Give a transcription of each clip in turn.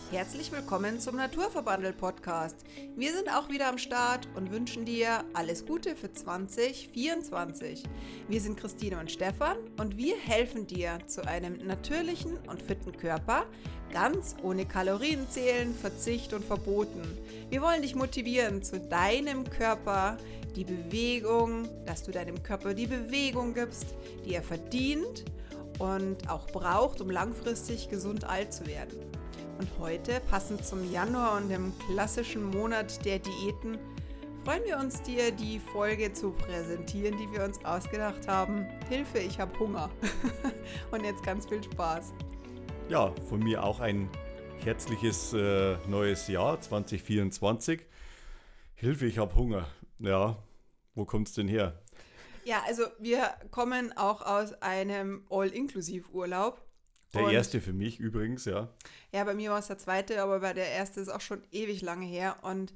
Herzlich willkommen zum Naturverbandel-Podcast. Wir sind auch wieder am Start und wünschen dir alles Gute für 2024. Wir sind Christine und Stefan und wir helfen dir zu einem natürlichen und fitten Körper, ganz ohne Kalorienzählen, Verzicht und Verboten. Wir wollen dich motivieren zu deinem Körper, die Bewegung, dass du deinem Körper die Bewegung gibst, die er verdient und auch braucht, um langfristig gesund alt zu werden. Und heute, passend zum Januar und dem klassischen Monat der Diäten, freuen wir uns, dir die Folge zu präsentieren, die wir uns ausgedacht haben. Hilfe, ich habe Hunger. Und jetzt ganz viel Spaß. Ja, von mir auch ein herzliches neues Jahr 2024. Hilfe, ich habe Hunger. Ja, wo kommt's denn her? Ja, also wir kommen auch aus einem All-Inklusiv-Urlaub. Der erste für mich übrigens, ja. Ja, bei mir war es der zweite, aber bei der erste ist auch schon ewig lange her. Und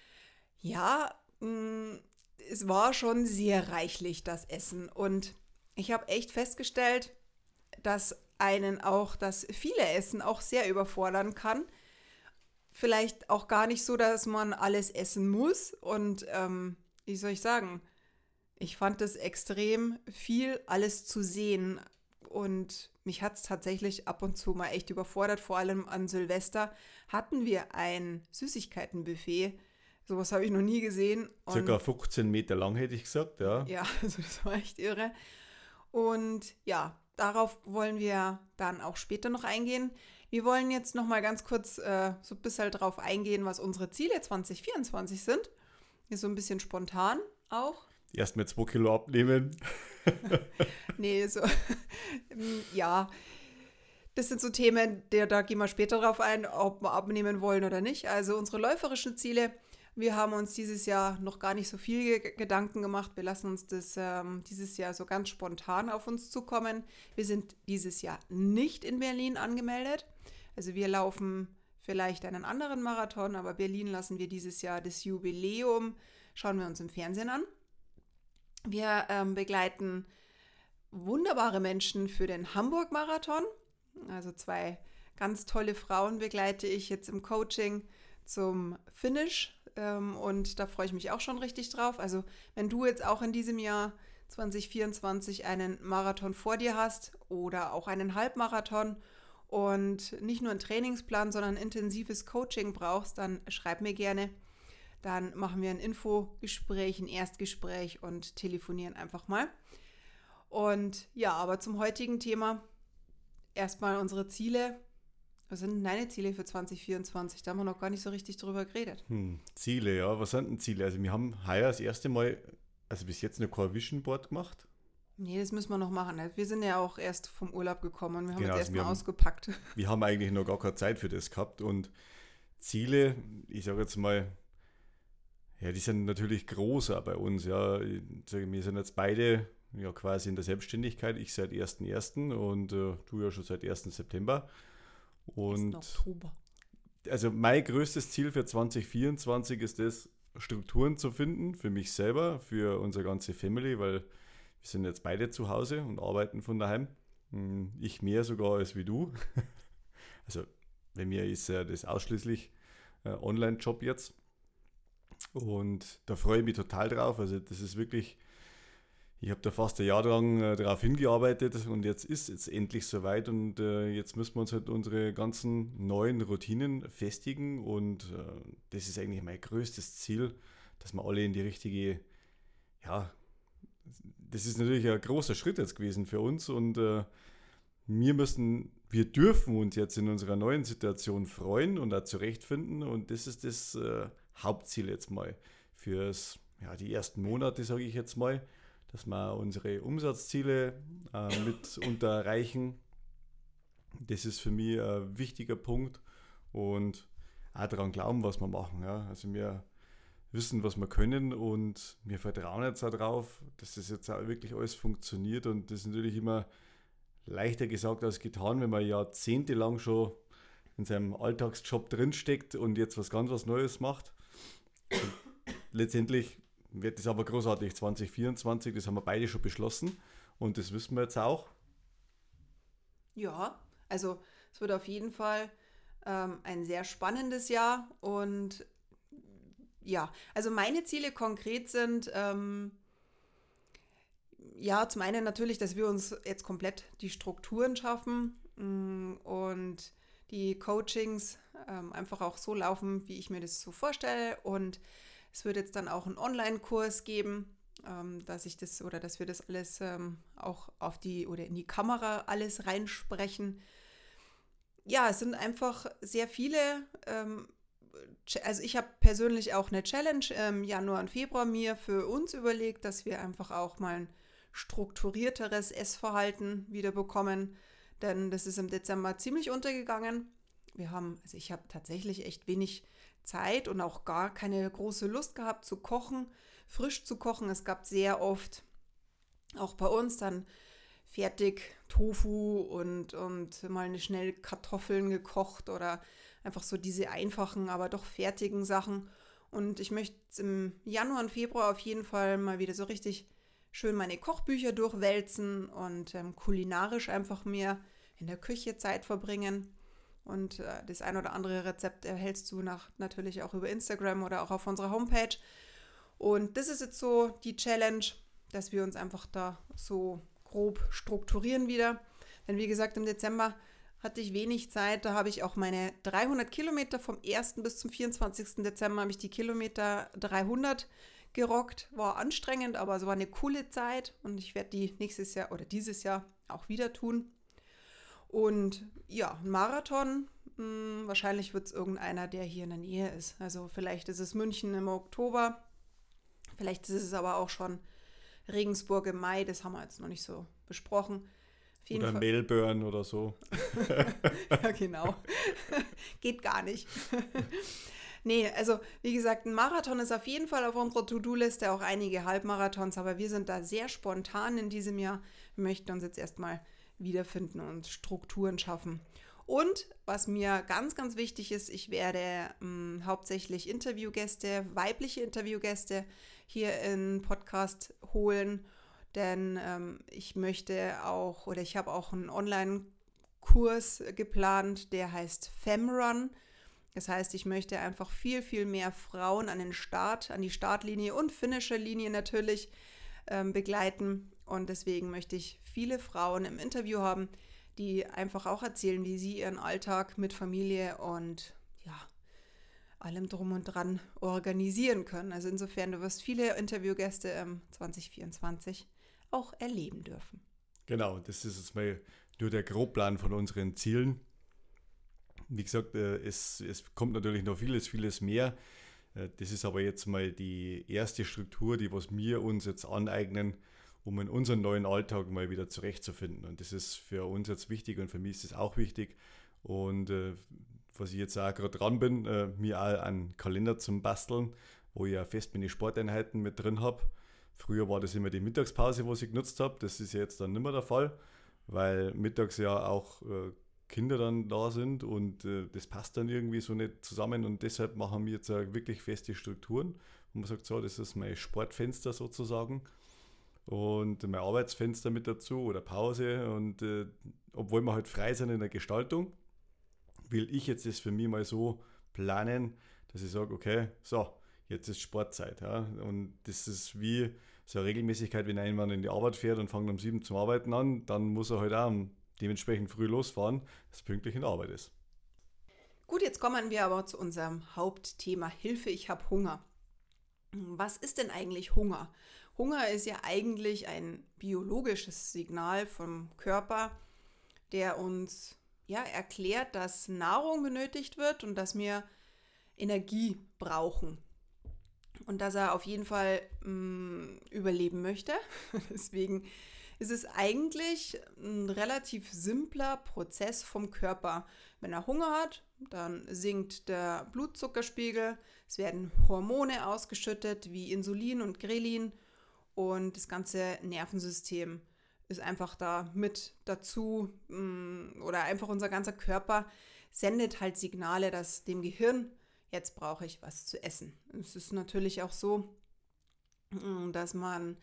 ja, es war schon sehr reichlich, das Essen. Und ich habe echt festgestellt, dass einen auch das viele Essen auch sehr überfordern kann. Vielleicht auch gar nicht so, dass man alles essen muss. Und wie soll ich sagen, ich fand es extrem viel, alles zu sehen. Und mich hat es tatsächlich ab und zu mal echt überfordert. Vor allem an Silvester hatten wir ein Süßigkeitenbuffet. Sowas habe ich noch nie gesehen. Circa 15 Meter lang, hätte ich gesagt, ja. Ja, also das war echt irre. Und ja, darauf wollen wir dann auch später noch eingehen. Wir wollen jetzt noch mal ganz kurz so ein bisschen drauf eingehen, was unsere Ziele 2024 sind. Ist so ein bisschen spontan auch. Erstmal 2 Kilo abnehmen. Nee, so, ja, das sind so Themen, da gehen wir später drauf ein, ob wir abnehmen wollen oder nicht. Also unsere läuferischen Ziele, wir haben uns dieses Jahr noch gar nicht so viel Gedanken gemacht. Wir lassen uns das dieses Jahr so ganz spontan auf uns zukommen. Wir sind dieses Jahr nicht in Berlin angemeldet. Also wir laufen vielleicht einen anderen Marathon, aber Berlin lassen wir dieses Jahr das Jubiläum, schauen wir uns im Fernsehen an. Wir begleiten wunderbare Menschen für den Hamburg-Marathon. Also 2 ganz tolle Frauen begleite ich jetzt im Coaching zum Finish. Und da freue ich mich auch schon richtig drauf. Also wenn du jetzt auch in diesem Jahr 2024 einen Marathon vor dir hast oder auch einen Halbmarathon und nicht nur einen Trainingsplan, sondern ein intensives Coaching brauchst, dann schreib mir gerne. Dann machen wir ein Infogespräch, ein Erstgespräch und telefonieren einfach mal. Und ja, aber zum heutigen Thema erstmal unsere Ziele. Was sind denn deine Ziele für 2024? Da haben wir noch gar nicht so richtig drüber geredet. Ziele, ja. Was sind denn Ziele? Also wir haben heuer das erste Mal, also bis jetzt noch kein Vision Board gemacht. Nee, das müssen wir noch machen. Wir sind ja auch erst vom Urlaub gekommen und wir haben Genau, jetzt also erstmal ausgepackt. Wir haben eigentlich noch gar keine Zeit für das gehabt. Und Ziele, ich sage jetzt mal, ja, die sind natürlich groß auch bei uns. Ja. Wir sind jetzt beide ja quasi in der Selbstständigkeit. Ich seit 1.1. und du ja schon seit 1. September. Und Oktober. Also mein größtes Ziel für 2024 ist es, Strukturen zu finden für mich selber, für unsere ganze Family, weil wir sind jetzt beide zu Hause und arbeiten von daheim. Ich mehr sogar als wie du. Also bei mir ist ja das ausschließlich Online-Job jetzt. Und da freue ich mich total drauf. Also das ist wirklich, ich habe da fast ein Jahr lang darauf hingearbeitet und jetzt ist es endlich soweit und jetzt müssen wir uns halt unsere ganzen neuen Routinen festigen und das ist eigentlich mein größtes Ziel, dass wir alle in die richtige, ja, das ist natürlich ein großer Schritt jetzt gewesen für uns und wir dürfen uns jetzt in unserer neuen Situation freuen und auch zurechtfinden und das ist das Hauptziel jetzt mal fürs, ja, die ersten Monate, sage ich jetzt mal, dass wir unsere Umsatzziele mit erreichen. Das ist für mich ein wichtiger Punkt und auch daran glauben, was wir machen. Ja. Also wir wissen, was wir können und wir vertrauen jetzt auch darauf, dass das jetzt auch wirklich alles funktioniert und das ist natürlich immer leichter gesagt als getan, wenn man jahrzehntelang schon in seinem Alltagsjob drinsteckt und jetzt was Neues macht. Und letztendlich wird das aber großartig 2024, das haben wir beide schon beschlossen und das wissen wir jetzt auch. Ja, also es wird auf jeden Fall ein sehr spannendes Jahr. Und ja, also meine Ziele konkret sind, ja, zum einen natürlich, dass wir uns jetzt komplett die Strukturen schaffen und die Coachings einfach auch so laufen, wie ich mir das so vorstelle. Und es wird jetzt dann auch einen Online-Kurs geben, dass wir das alles auch auf die oder in die Kamera alles reinsprechen. Ja, es sind einfach sehr viele. Also ich habe persönlich auch eine Challenge im Januar und Februar mir für uns überlegt, dass wir einfach auch mal ein strukturierteres Essverhalten wieder bekommen, denn das ist im Dezember ziemlich untergegangen. Ich habe tatsächlich echt wenig Zeit und auch gar keine große Lust gehabt zu kochen, frisch zu kochen. Es gab sehr oft, auch bei uns, dann fertig Tofu und mal eine schnell Kartoffeln gekocht oder einfach so diese einfachen, aber doch fertigen Sachen. Und ich möchte im Januar und Februar auf jeden Fall mal wieder so richtig schön meine Kochbücher durchwälzen und kulinarisch einfach mehr in der Küche Zeit verbringen. Und das ein oder andere Rezept erhältst du natürlich auch über Instagram oder auch auf unserer Homepage. Und das ist jetzt so die Challenge, dass wir uns einfach da so grob strukturieren wieder. Denn wie gesagt, im Dezember hatte ich wenig Zeit. Da habe ich auch meine 300 Kilometer vom 1. bis zum 24. Dezember habe ich die Kilometer 300 gerockt. War anstrengend, aber es war eine coole Zeit und ich werde die nächstes Jahr oder dieses Jahr auch wieder tun. Und ja, ein Marathon, wahrscheinlich wird es irgendeiner, der hier in der Nähe ist. Also vielleicht ist es München im Oktober, vielleicht ist es aber auch schon Regensburg im Mai, das haben wir jetzt noch nicht so besprochen. Oder Melbourne oder so. Ja, genau. Geht gar nicht. Nee, also wie gesagt, ein Marathon ist auf jeden Fall auf unserer To-Do-Liste, auch einige Halbmarathons, aber wir sind da sehr spontan in diesem Jahr. Wir möchten uns jetzt erstmal wiederfinden und Strukturen schaffen. Und was mir ganz, ganz wichtig ist, ich werde hauptsächlich Interviewgäste, weibliche Interviewgäste hier in Podcast holen, denn ich möchte auch oder ich habe auch einen Online-Kurs geplant, der heißt FemRun. Das heißt, ich möchte einfach viel, viel mehr Frauen an die Startlinie und Finisherlinie natürlich begleiten. Und deswegen möchte ich viele Frauen im Interview haben, die einfach auch erzählen, wie sie ihren Alltag mit Familie und ja, allem drum und dran organisieren können. Also insofern, du wirst viele Interviewgäste 2024 auch erleben dürfen. Genau, das ist jetzt mal nur der Grobplan von unseren Zielen. Wie gesagt, es kommt natürlich noch vieles mehr. Das ist aber jetzt mal die erste Struktur, die was wir uns jetzt aneignen, um in unseren neuen Alltag mal wieder zurechtzufinden. Und das ist für uns jetzt wichtig und für mich ist das auch wichtig. Und was ich jetzt auch gerade dran bin, mir auch einen Kalender zum Basteln, wo ich auch fest meine Sporteinheiten mit drin habe. Früher war das immer die Mittagspause, was ich genutzt habe. Das ist ja jetzt dann nicht mehr der Fall, weil mittags ja auch Kinder dann da sind und das passt dann irgendwie so nicht zusammen und deshalb machen wir jetzt wirklich feste Strukturen. Und man sagt so, das ist mein Sportfenster sozusagen und mein Arbeitsfenster mit dazu oder Pause und obwohl wir halt frei sind in der Gestaltung, will ich jetzt das für mich mal so planen, dass ich sage, okay, so, jetzt ist Sportzeit. Ja? Und das ist wie so eine Regelmäßigkeit, wenn jemand in die Arbeit fährt und fängt um 7 zum Arbeiten an, dann muss er halt auch dementsprechend früh losfahren, dass er pünktlich in der Arbeit ist. Gut, jetzt kommen wir aber zu unserem Hauptthema Hilfe, ich habe Hunger. Was ist denn eigentlich Hunger? Hunger ist ja eigentlich ein biologisches Signal vom Körper, der uns erklärt, dass Nahrung benötigt wird und dass wir Energie brauchen. Und dass er auf jeden Fall überleben möchte. Deswegen ist es eigentlich ein relativ simpler Prozess vom Körper. Wenn er Hunger hat, dann sinkt der Blutzuckerspiegel, es werden Hormone ausgeschüttet wie Insulin und Grelin und das ganze Nervensystem ist einfach da mit dazu oder einfach unser ganzer Körper sendet halt Signale, dass dem Gehirn, jetzt brauche ich was zu essen. Es ist natürlich auch so, dass man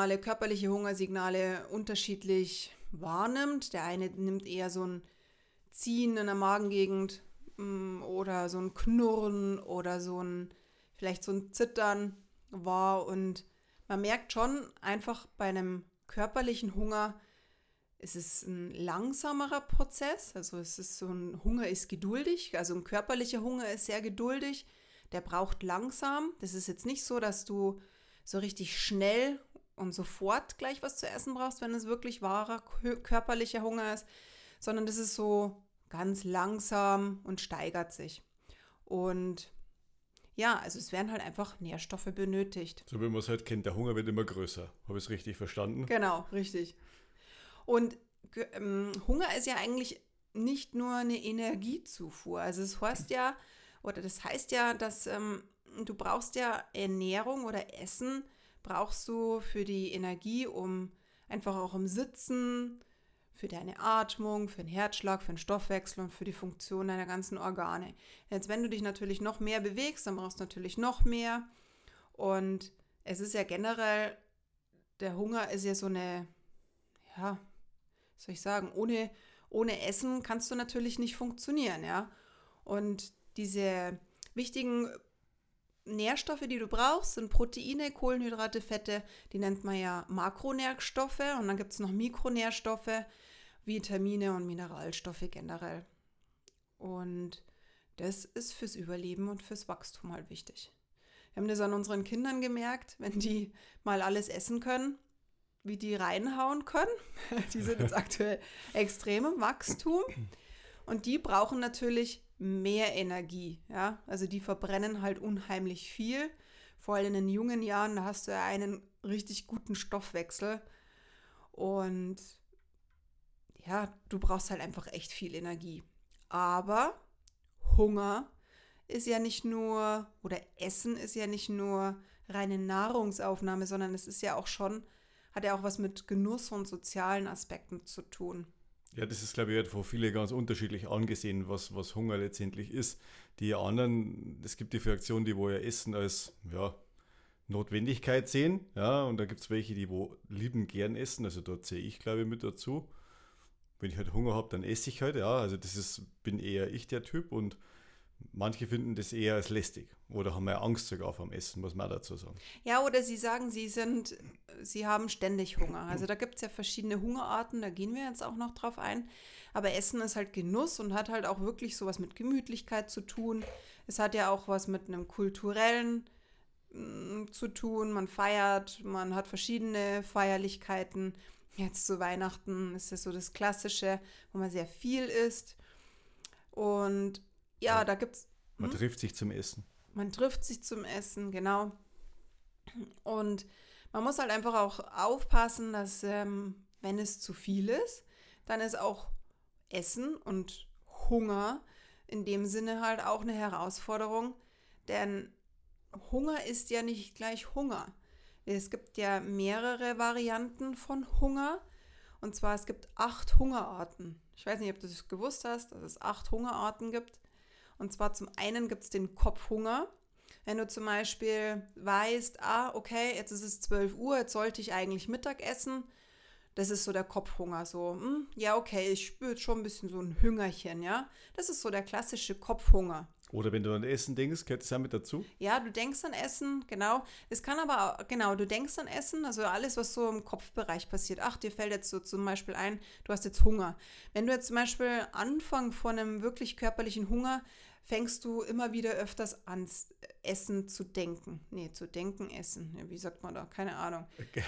körperliche Hungersignale unterschiedlich wahrnimmt. Der eine nimmt eher so ein Ziehen in der Magengegend oder so ein Knurren oder vielleicht so ein Zittern war. Und man merkt schon einfach bei einem körperlichen Hunger, es ist ein langsamerer Prozess. Also Hunger ist geduldig, also ein körperlicher Hunger ist sehr geduldig. Der braucht langsam. Das ist jetzt nicht so, dass du so richtig schnell und sofort gleich was zu essen brauchst, wenn es wirklich wahrer körperlicher Hunger ist, sondern das ist so ganz langsam und steigert sich. Und ja, also es werden halt einfach Nährstoffe benötigt. So wie man es halt kennt, der Hunger wird immer größer. Habe ich es richtig verstanden? Genau, richtig. Und Hunger ist ja eigentlich nicht nur eine Energiezufuhr. Also das heißt ja, dass du brauchst ja Ernährung oder Essen, brauchst du für die Energie, um einfach auch im Sitzen, für deine Atmung, für den Herzschlag, für den Stoffwechsel und für die Funktion deiner ganzen Organe. Jetzt, wenn du dich natürlich noch mehr bewegst, dann brauchst du natürlich noch mehr. Und es ist ja generell, der Hunger ist ja so eine, ja, was soll ich sagen, ohne Essen kannst du natürlich nicht funktionieren, ja. Und diese wichtigen Nährstoffe, die du brauchst, sind Proteine, Kohlenhydrate, Fette, die nennt man ja Makronährstoffe, und dann gibt es noch Mikronährstoffe, Vitamine und Mineralstoffe generell. Und das ist fürs Überleben und fürs Wachstum halt wichtig. Wir haben das an unseren Kindern gemerkt, wenn die mal alles essen können, wie die reinhauen können. Die sind jetzt aktuell extrem im Wachstum und die brauchen natürlich mehr Energie. Ja? Also die verbrennen halt unheimlich viel. Vor allem in den jungen Jahren, da hast du ja einen richtig guten Stoffwechsel. Und ja, du brauchst halt einfach echt viel Energie. Aber Hunger ist ja nicht nur, oder Essen ist ja nicht nur reine Nahrungsaufnahme, sondern es ist ja auch schon, hat ja auch was mit Genuss und sozialen Aspekten zu tun. Ja, das ist, glaube ich, von vielen ganz unterschiedlich angesehen, was Hunger letztendlich ist. Die anderen, es gibt die Fraktionen, die wo ja Essen als Notwendigkeit sehen, ja, und da gibt es welche, die wo lieben gern essen, also dort sehe ich, glaube ich, mit dazu. Wenn ich halt Hunger habe, dann esse ich halt, ja, also bin eher ich der Typ, und manche finden das eher als lästig oder haben ja Angst sogar vom Essen, muss man dazu sagen. Ja, oder sie sagen, sie haben ständig Hunger. Also da gibt es ja verschiedene Hungerarten, da gehen wir jetzt auch noch drauf ein. Aber Essen ist halt Genuss und hat halt auch wirklich sowas mit Gemütlichkeit zu tun. Es hat ja auch was mit einem kulturellen zu tun. Man feiert, man hat verschiedene Feierlichkeiten. Jetzt zu Weihnachten ist das so das Klassische, wo man sehr viel isst. Und ja, da gibt's. Man trifft sich zum Essen. Man trifft sich zum Essen, genau. Und man muss halt einfach auch aufpassen, dass wenn es zu viel ist, dann ist auch Essen und Hunger in dem Sinne halt auch eine Herausforderung. Denn Hunger ist ja nicht gleich Hunger. Es gibt ja mehrere Varianten von Hunger. Und zwar, es gibt 8 Hungerarten. Ich weiß nicht, ob du das gewusst hast, dass es 8 Hungerarten gibt. Und zwar zum einen gibt es den Kopfhunger. Wenn du zum Beispiel weißt, okay, jetzt ist es 12 Uhr, jetzt sollte ich eigentlich Mittag essen. Das ist so der Kopfhunger. So, ja, okay, ich spüre jetzt schon ein bisschen so ein Hüngerchen, ja. Das ist so der klassische Kopfhunger. Oder wenn du an Essen denkst, gehört das auch mit dazu? Ja, du denkst an Essen, genau. Es kann aber auch, genau, du denkst an Essen, also alles, was so im Kopfbereich passiert. Ach, dir fällt jetzt so zum Beispiel ein, du hast jetzt Hunger. Wenn du jetzt zum Beispiel Anfang von einem wirklich körperlichen Hunger, fängst du immer wieder öfters ans Essen zu denken. Nee, zu denken, essen. Ja, wie sagt man da? Keine Ahnung. Okay.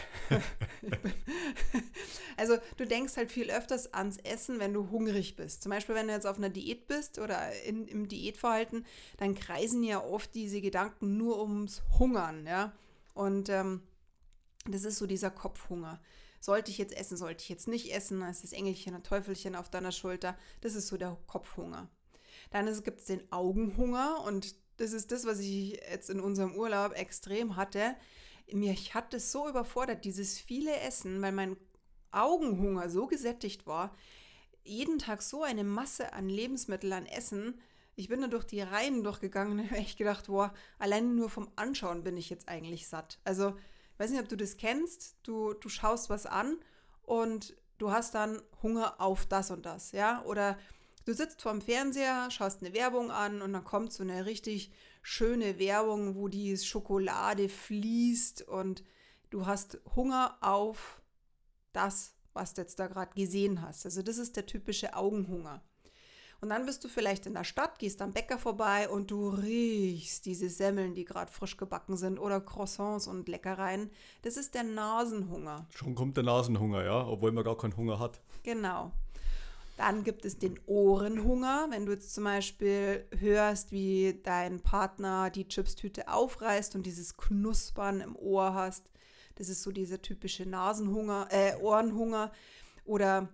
Also du denkst halt viel öfters ans Essen, wenn du hungrig bist. Zum Beispiel, wenn du jetzt auf einer Diät bist oder im Diätverhalten, dann kreisen ja oft diese Gedanken nur ums Hungern, ja. Und das ist so dieser Kopfhunger. Sollte ich jetzt essen, sollte ich jetzt nicht essen? Da ist das Engelchen, ein Teufelchen auf deiner Schulter. Das ist so der Kopfhunger. Dann gibt es den Augenhunger, und das ist das, was ich jetzt in unserem Urlaub extrem hatte. Mich hat das so überfordert, dieses viele Essen, weil mein Augenhunger so gesättigt war. Jeden Tag so eine Masse an Lebensmitteln, an Essen. Ich bin da durch die Reihen durchgegangen und habe echt gedacht, alleine nur vom Anschauen bin ich jetzt eigentlich satt. Also, ich weiß nicht, ob du das kennst. Du schaust was an und du hast dann Hunger auf das und das, ja? Oder Du sitzt vorm Fernseher, schaust eine Werbung an und dann kommt so eine richtig schöne Werbung, wo die Schokolade fließt und du hast Hunger auf das, was du jetzt da gerade gesehen hast. Also das ist der typische Augenhunger. Und dann bist du vielleicht in der Stadt, gehst am Bäcker vorbei und du riechst diese Semmeln, die gerade frisch gebacken sind oder Croissants und Leckereien. Das ist der Nasenhunger. Schon kommt der Nasenhunger, ja, obwohl man gar keinen Hunger hat. Genau. Dann gibt es den Ohrenhunger, wenn du jetzt zum Beispiel hörst, wie dein Partner die Chipstüte aufreißt und dieses Knuspern im Ohr hast. Das ist so dieser typische Ohrenhunger. Oder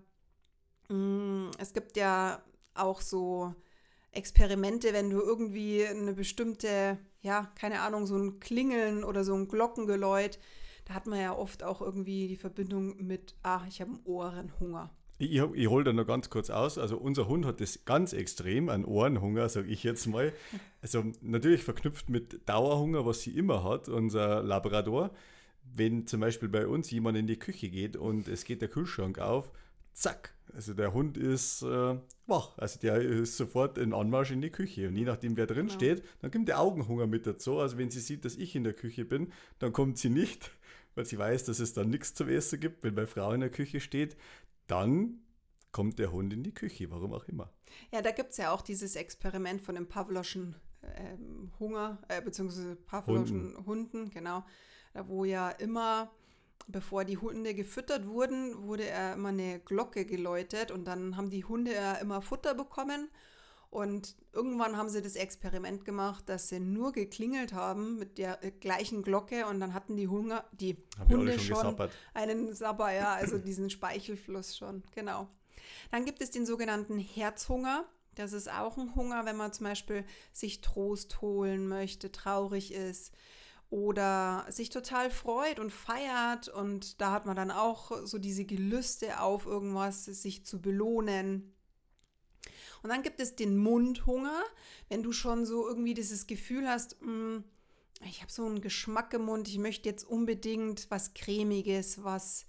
es gibt ja auch so Experimente, wenn du irgendwie eine bestimmte, ja, keine Ahnung, so ein Klingeln oder so ein Glockengeläut, da hat man ja oft auch irgendwie die Verbindung mit, ich habe einen Ohrenhunger. Ich hole da noch ganz kurz aus. Also unser Hund hat das ganz extrem, einen Ohrenhunger, sage ich jetzt mal. Also natürlich verknüpft mit Dauerhunger, was sie immer hat, unser Labrador. Wenn zum Beispiel bei uns jemand in die Küche geht und es geht der Kühlschrank auf, zack. Also der Hund ist wach. Also der ist sofort in Anmarsch in die Küche. Und je nachdem, wer drin steht, dann kommt der Augenhunger mit dazu. Also wenn sie sieht, dass ich in der Küche bin, dann kommt sie nicht, weil sie weiß, dass es dann nichts zum Essen gibt. Wenn meine Frau in der Küche steht, dann kommt der Hund in die Küche, warum auch immer. Ja, da gibt es ja auch dieses Experiment von dem Pavloschen Hunger, beziehungsweise Pavloschen Hunden, genau. Da wo ja immer, bevor die Hunde gefüttert wurden, wurde ja immer eine Glocke geläutet und dann haben die Hunde ja immer Futter bekommen. Und irgendwann haben sie das Experiment gemacht, dass sie nur geklingelt haben mit der gleichen Glocke und dann hatten die Hunde schon einen Sabber, ja, also diesen Speichelfluss schon, genau. Dann gibt es den sogenannten Herzhunger. Das ist auch ein Hunger, wenn man zum Beispiel sich Trost holen möchte, traurig ist oder sich total freut und feiert und da hat man dann auch so diese Gelüste auf irgendwas, sich zu belohnen. Und dann gibt es den Mundhunger, wenn du schon so irgendwie dieses Gefühl hast, ich habe so einen Geschmack im Mund, ich möchte jetzt unbedingt was Cremiges, was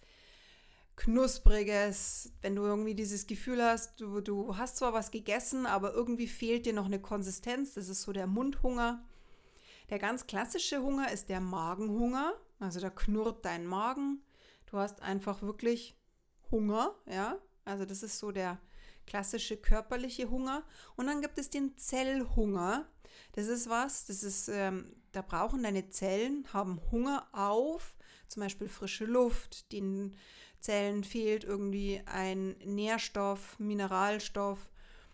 Knuspriges, wenn du irgendwie dieses Gefühl hast, du hast zwar was gegessen, aber irgendwie fehlt dir noch eine Konsistenz, das ist so der Mundhunger. Der ganz klassische Hunger ist der Magenhunger, also da knurrt dein Magen, du hast einfach wirklich Hunger, ja, also das ist so der klassische körperliche Hunger. Und dann gibt es den Zellhunger. Das ist da brauchen deine Zellen, haben Hunger auf, zum Beispiel frische Luft. Den Zellen fehlt irgendwie ein Nährstoff, Mineralstoff.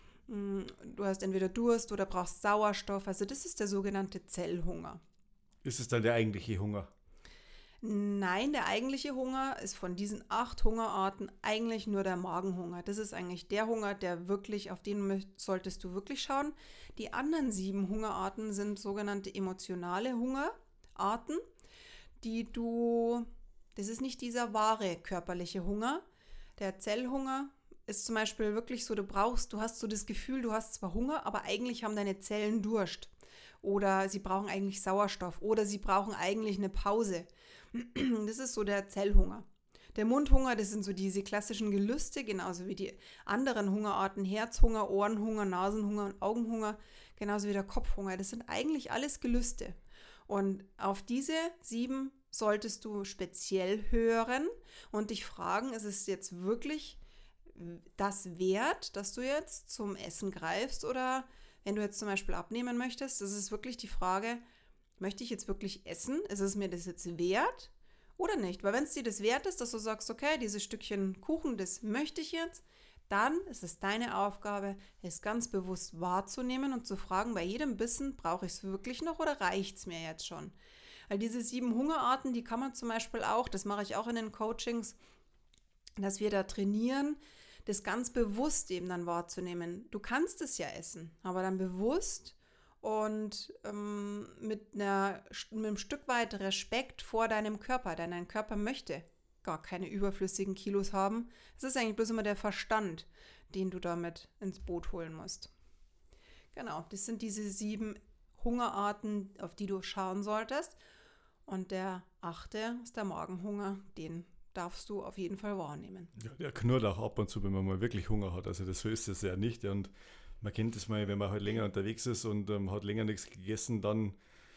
Du hast entweder Durst oder brauchst Sauerstoff. Also das ist der sogenannte Zellhunger. Ist es dann der eigentliche Hunger? Nein, der eigentliche Hunger ist von diesen 8 Hungerarten eigentlich nur der Magenhunger. Das ist eigentlich der Hunger, auf den solltest du wirklich schauen. Die anderen 7 Hungerarten sind sogenannte emotionale Hungerarten, das ist nicht dieser wahre körperliche Hunger. Der Zellhunger ist zum Beispiel wirklich so, du hast so das Gefühl, du hast zwar Hunger, aber eigentlich haben deine Zellen Durst. Oder sie brauchen eigentlich Sauerstoff. Oder sie brauchen eigentlich eine Pause. Das ist so der Zellhunger. Der Mundhunger, das sind so diese klassischen Gelüste, genauso wie die anderen Hungerarten, Herzhunger, Ohrenhunger, Nasenhunger und Augenhunger, genauso wie der Kopfhunger. Das sind eigentlich alles Gelüste. Und auf diese 7 solltest du speziell hören und dich fragen, ist es jetzt wirklich das wert, dass du jetzt zum Essen greifst oder wenn du jetzt zum Beispiel abnehmen möchtest, das ist wirklich die Frage, möchte ich jetzt wirklich essen? Ist es mir das jetzt wert oder nicht? Weil wenn es dir das wert ist, dass du sagst, okay, dieses Stückchen Kuchen, das möchte ich jetzt, dann ist es deine Aufgabe, es ganz bewusst wahrzunehmen und zu fragen, bei jedem Bissen, brauche ich es wirklich noch oder reicht es mir jetzt schon? Weil diese 7 Hungerarten, die kann man zum Beispiel auch, das mache ich auch in den Coachings, dass wir da trainieren, das ganz bewusst eben dann wahrzunehmen. Du kannst es ja essen, aber dann bewusst und mit einem Stück weit Respekt vor deinem Körper, denn dein Körper möchte gar keine überflüssigen Kilos haben. Es ist eigentlich bloß immer der Verstand, den du damit ins Boot holen musst. Genau, das sind diese 7 Hungerarten, auf die du schauen solltest. Und der 8. ist der Magenhunger, darfst du auf jeden Fall wahrnehmen. Ja, der knurrt auch ab und zu, wenn man mal wirklich Hunger hat. Also so ist es ja nicht. Und man kennt das mal, wenn man halt länger unterwegs ist und hat länger nichts gegessen, dann,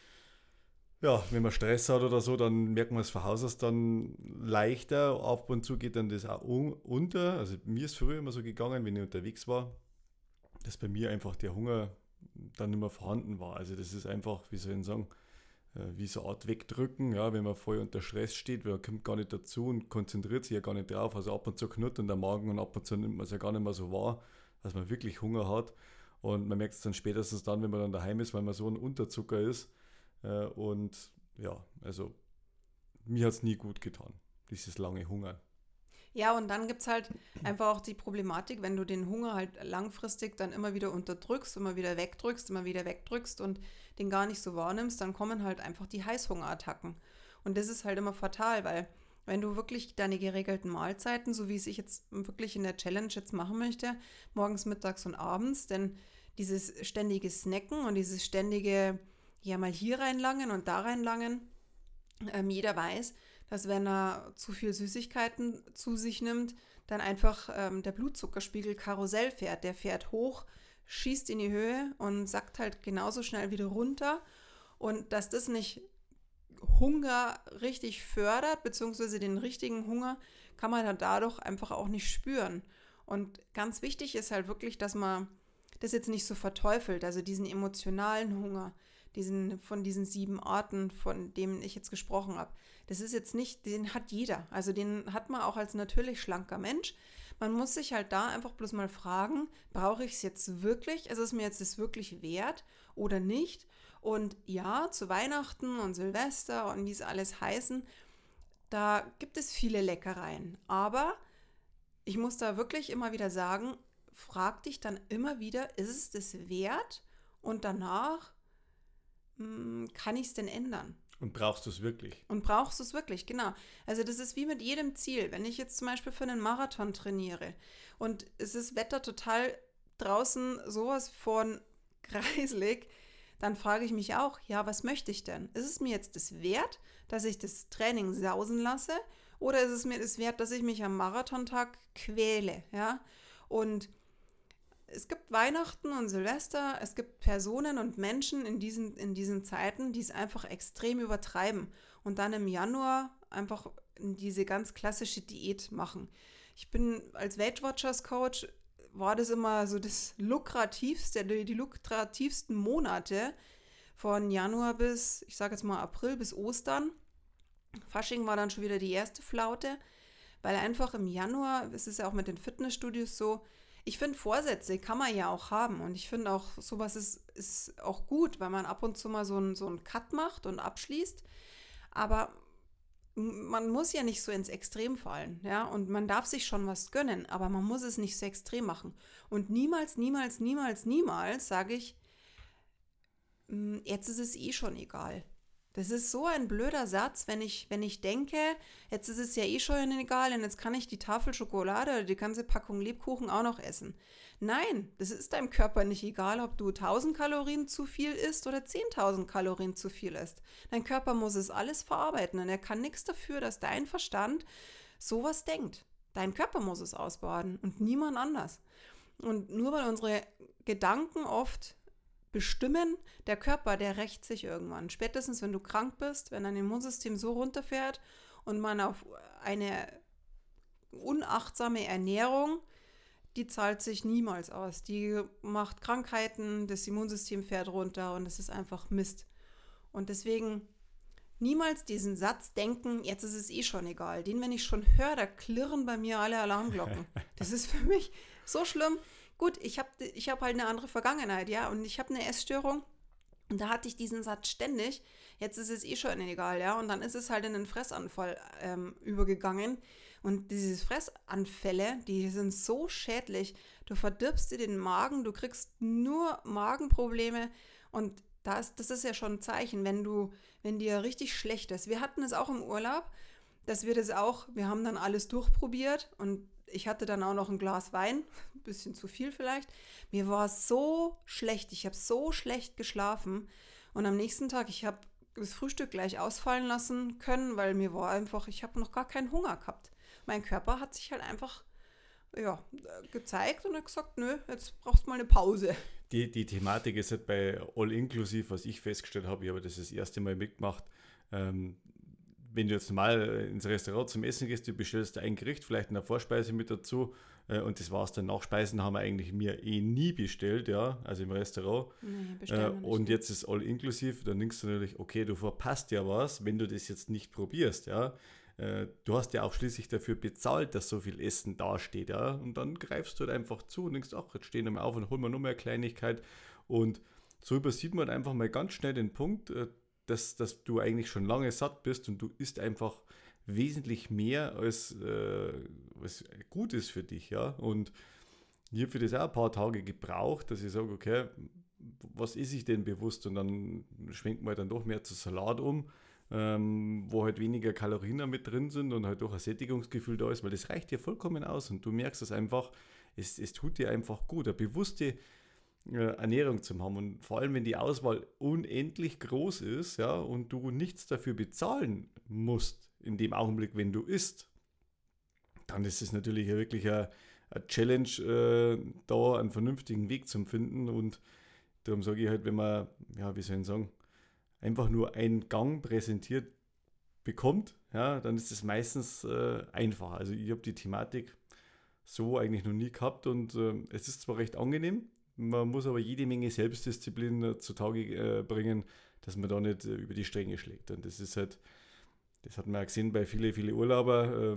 ja, wenn man Stress hat oder so, dann merkt man es von Haus aus dann leichter. Ab und zu geht dann das auch unter. Also mir ist früher immer so gegangen, wenn ich unterwegs war, dass bei mir einfach der Hunger dann nicht mehr vorhanden war. Also das ist einfach, wie soll ich sagen, wie so eine Art Wegdrücken, ja, wenn man voll unter Stress steht, weil man kommt gar nicht dazu und konzentriert sich ja gar nicht drauf. Also ab und zu knurrt dann der Magen und ab und zu nimmt man es ja gar nicht mehr so wahr, dass man wirklich Hunger hat. Und man merkt es dann spätestens dann, wenn man dann daheim ist, weil man so ein Unterzucker ist. Und ja, also mir hat es nie gut getan, dieses lange Hungern. Ja, und dann gibt es halt einfach auch die Problematik, wenn du den Hunger halt langfristig dann immer wieder unterdrückst, immer wieder wegdrückst und den gar nicht so wahrnimmst, dann kommen halt einfach die Heißhungerattacken. Und das ist halt immer fatal, weil wenn du wirklich deine geregelten Mahlzeiten, so wie es ich jetzt wirklich in der Challenge jetzt machen möchte, morgens, mittags und abends, denn dieses ständige Snacken und dieses ständige, ja mal hier reinlangen und da reinlangen, jeder weiß, dass wenn er zu viel Süßigkeiten zu sich nimmt, dann einfach der Blutzuckerspiegel Karussell fährt. Der fährt hoch, schießt in die Höhe und sackt halt genauso schnell wieder runter. Und dass das nicht Hunger richtig fördert, beziehungsweise den richtigen Hunger, kann man dann dadurch einfach auch nicht spüren. Und ganz wichtig ist halt wirklich, dass man das jetzt nicht so verteufelt, also diesen emotionalen Hunger, von diesen 7 Arten, von denen ich jetzt gesprochen habe. Das ist jetzt nicht, den hat jeder. Also den hat man auch als natürlich schlanker Mensch. Man muss sich halt da einfach bloß mal fragen, brauche ich es jetzt wirklich? Ist es mir jetzt das wirklich wert oder nicht? Und ja, zu Weihnachten und Silvester und wie es alles heißen, da gibt es viele Leckereien. Aber ich muss da wirklich immer wieder sagen, frag dich dann immer wieder, ist es das wert? Und danach kann ich es denn ändern? Und brauchst du es wirklich? Und brauchst du es wirklich, genau. Also das ist wie mit jedem Ziel. Wenn ich jetzt zum Beispiel für einen Marathon trainiere und es ist Wetter total draußen sowas von greiselig, dann frage ich mich auch, ja, was möchte ich denn? Ist es mir jetzt das wert, dass ich das Training sausen lasse? Oder ist es mir das wert, dass ich mich am Marathontag quäle? Ja? Und es gibt Weihnachten und Silvester, es gibt Personen und Menschen in diesen Zeiten, die es einfach extrem übertreiben und dann im Januar einfach diese ganz klassische Diät machen. Ich bin als Weight Watchers Coach, war das immer so das lukrativste, die lukrativsten Monate von Januar bis, ich sage jetzt mal April bis Ostern. Fasching war dann schon wieder die erste Flaute, weil einfach im Januar, es ist ja auch mit den Fitnessstudios so, ich finde, Vorsätze kann man ja auch haben und ich finde auch, sowas ist auch gut, weil man ab und zu mal so einen Cut macht und abschließt, aber man muss ja nicht so ins Extrem fallen, ja, und man darf sich schon was gönnen, aber man muss es nicht so extrem machen und niemals, niemals, niemals, niemals sage ich, jetzt ist es eh schon egal. Das ist so ein blöder Satz, wenn ich denke, jetzt ist es ja eh schon egal und jetzt kann ich die Tafel Schokolade oder die ganze Packung Lebkuchen auch noch essen. Nein, das ist deinem Körper nicht egal, ob du 1000 Kalorien zu viel isst oder 10.000 Kalorien zu viel isst. Dein Körper muss es alles verarbeiten und er kann nichts dafür, dass dein Verstand sowas denkt. Dein Körper muss es ausbaden und niemand anders. Und nur weil unsere Gedanken oft bestimmen, der Körper, der rächt sich irgendwann. Spätestens, wenn du krank bist, wenn dein Immunsystem so runterfährt und man auf eine unachtsame Ernährung, die zahlt sich niemals aus. Die macht Krankheiten, das Immunsystem fährt runter und es ist einfach Mist. Und deswegen niemals diesen Satz denken, jetzt ist es eh schon egal. Den, wenn ich schon höre, da klirren bei mir alle Alarmglocken. Das ist für mich so schlimm. Gut, ich hab halt eine andere Vergangenheit, ja, und ich habe eine Essstörung und da hatte ich diesen Satz ständig, jetzt ist es eh schon egal, ja, und dann ist es halt in einen Fressanfall übergegangen und diese Fressanfälle, die sind so schädlich, du verdirbst dir den Magen, du kriegst nur Magenprobleme und das ist ja schon ein Zeichen, wenn dir richtig schlecht ist. Wir hatten es auch im Urlaub, wir haben dann alles durchprobiert und ich hatte dann auch noch ein Glas Wein, ein bisschen zu viel vielleicht. Mir war so schlecht, ich habe so schlecht geschlafen und am nächsten Tag, ich habe das Frühstück gleich ausfallen lassen können, weil mir war einfach, ich habe noch gar keinen Hunger gehabt. Mein Körper hat sich halt einfach gezeigt und hat gesagt, nö, jetzt brauchst du mal eine Pause. Die Thematik ist halt bei All-Inclusive, was ich festgestellt habe, ich habe das erste Mal mitgemacht. Wenn du jetzt mal ins Restaurant zum Essen gehst, du bestellst ein Gericht, vielleicht eine Vorspeise mit dazu und das war's dann. Nachspeisen haben wir eigentlich mir nie bestellt, ja, also im Restaurant. Nee, bestellen wir nicht. Und jetzt ist All-Inclusive, dann denkst du natürlich, okay, du verpasst ja was, wenn du das jetzt nicht probierst, ja. Du hast ja auch schließlich dafür bezahlt, dass so viel Essen dasteht, ja. Und dann greifst du halt einfach zu und denkst, ach, jetzt stehen wir mal auf und holen wir noch mehr Kleinigkeit. Und so übersieht man einfach mal ganz schnell den Punkt, dass du eigentlich schon lange satt bist und du isst einfach wesentlich mehr, als gut ist für dich, ja. Und ich habe für das auch ein paar Tage gebraucht, dass ich sage, okay, was esse ich denn bewusst? Und dann schwenkt man dann doch mehr zu Salat um, wo halt weniger Kalorien mit drin sind und halt doch ein Sättigungsgefühl da ist, weil das reicht dir vollkommen aus und du merkst es einfach, es tut dir einfach gut, eine bewusste Ernährung zu haben und vor allem, wenn die Auswahl unendlich groß ist, ja, und du nichts dafür bezahlen musst in dem Augenblick, wenn du isst, dann ist es natürlich wirklich eine Challenge, da einen vernünftigen Weg zu finden und darum sage ich halt, wenn man, ja, wie soll ich sagen, einfach nur einen Gang präsentiert bekommt, ja, dann ist es meistens einfacher. Also ich habe die Thematik so eigentlich noch nie gehabt und es ist zwar recht angenehm, man muss aber jede Menge Selbstdisziplin zutage bringen, dass man da nicht über die Stränge schlägt. Und das ist halt, das hat man auch gesehen bei vielen Urlauber,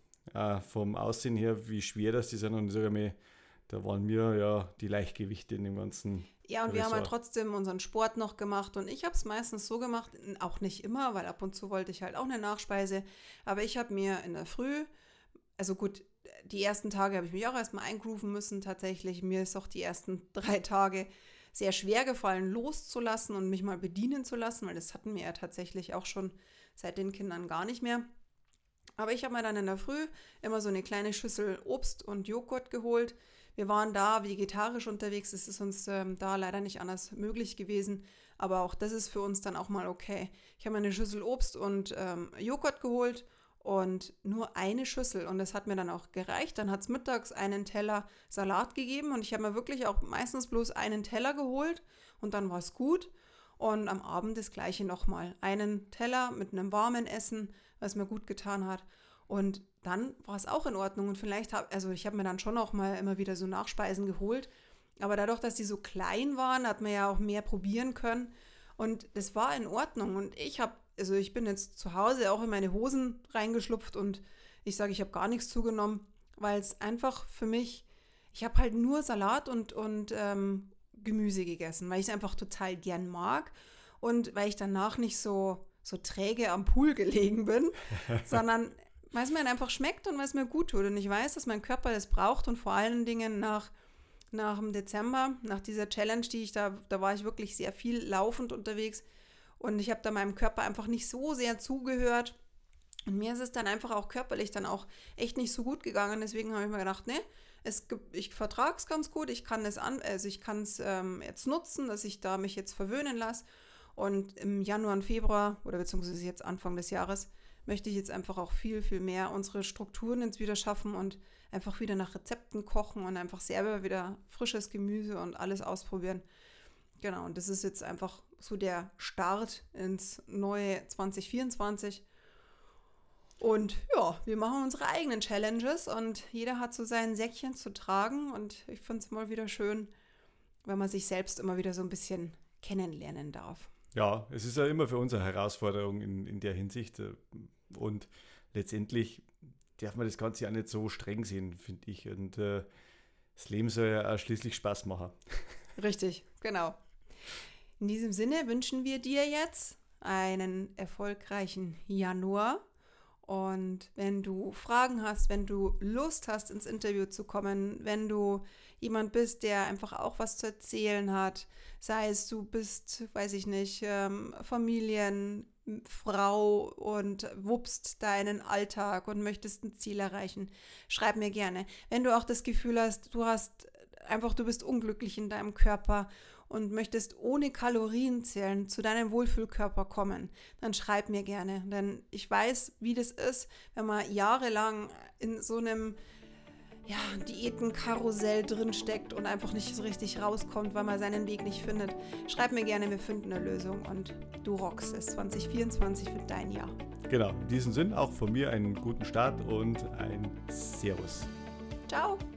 vom Aussehen her, wie schwer das die sind. Und ich sage mal, da waren wir ja die Leichtgewichte in dem ganzen. Ja, und wir haben halt trotzdem unseren Sport noch gemacht und ich habe es meistens so gemacht, auch nicht immer, weil ab und zu wollte ich halt auch eine Nachspeise, aber ich habe mir in der Früh, also gut, die ersten Tage habe ich mich auch erstmal eingrooven müssen tatsächlich, mir ist auch die ersten 3 Tage sehr schwer gefallen, loszulassen und mich mal bedienen zu lassen, weil das hatten wir ja tatsächlich auch schon seit den Kindern gar nicht mehr. Aber ich habe mir dann in der Früh immer so eine kleine Schüssel Obst und Joghurt geholt. Wir waren da vegetarisch unterwegs, es ist uns da leider nicht anders möglich gewesen, aber auch das ist für uns dann auch mal okay. Ich habe mir eine Schüssel Obst und Joghurt geholt und nur eine Schüssel und das hat mir dann auch gereicht. Dann hat es mittags einen Teller Salat gegeben und ich habe mir wirklich auch meistens bloß einen Teller geholt und dann war es gut. Und am Abend das gleiche nochmal. Einen Teller mit einem warmen Essen, was mir gut getan hat. Und dann war es auch in Ordnung. Und vielleicht ich habe mir dann schon auch mal immer wieder so Nachspeisen geholt. Aber dadurch, dass die so klein waren, hat man ja auch mehr probieren können. Und das war in Ordnung. Und ich bin jetzt zu Hause auch in meine Hosen reingeschlupft und ich sage, ich habe gar nichts zugenommen, weil es einfach für mich, ich habe halt nur Salat und Gemüse gegessen, weil ich es einfach total gern mag und weil ich danach nicht so träge am Pool gelegen bin, sondern weil es mir einfach schmeckt und weil es mir gut tut. Und ich weiß, dass mein Körper das braucht und vor allen Dingen nach dem Dezember, nach dieser Challenge, da war ich wirklich sehr viel laufend unterwegs und ich habe da meinem Körper einfach nicht so sehr zugehört. Und mir ist es dann einfach auch körperlich dann auch echt nicht so gut gegangen. Deswegen habe ich mir gedacht, nee, ich vertrage es ganz gut, ich kann es jetzt nutzen, dass ich da mich jetzt verwöhnen lasse. Und im Januar und Februar oder beziehungsweise jetzt Anfang des Jahres möchte ich jetzt einfach auch viel, viel mehr unsere Strukturen jetzt wieder schaffen und einfach wieder nach Rezepten kochen und einfach selber wieder frisches Gemüse und alles ausprobieren. Genau, und das ist jetzt einfach so der Start ins neue 2024. Und ja, wir machen unsere eigenen Challenges und jeder hat so sein Säckchen zu tragen und ich finde es mal wieder schön, wenn man sich selbst immer wieder so ein bisschen kennenlernen darf. Ja, es ist ja immer für uns eine Herausforderung in der Hinsicht und letztendlich darf man das Ganze ja nicht so streng sehen, finde ich, und das Leben soll ja auch schließlich Spaß machen. Richtig, genau. In diesem Sinne wünschen wir dir jetzt einen erfolgreichen Januar. Und wenn du Fragen hast, wenn du Lust hast, ins Interview zu kommen, wenn du jemand bist, der einfach auch was zu erzählen hat, sei es du bist, weiß ich nicht, Familienfrau und wuppst deinen Alltag und möchtest ein Ziel erreichen, schreib mir gerne. Wenn du auch das Gefühl hast, du hast einfach du bist unglücklich in deinem Körper und möchtest ohne Kalorienzählen zu deinem Wohlfühlkörper kommen, dann schreib mir gerne. Denn ich weiß, wie das ist, wenn man jahrelang in so einem Diätenkarussell drinsteckt und einfach nicht so richtig rauskommt, weil man seinen Weg nicht findet. Schreib mir gerne, wir finden eine Lösung und du rockst es. 2024 wird dein Jahr. Genau, in diesem Sinn auch von mir einen guten Start und ein Servus. Ciao!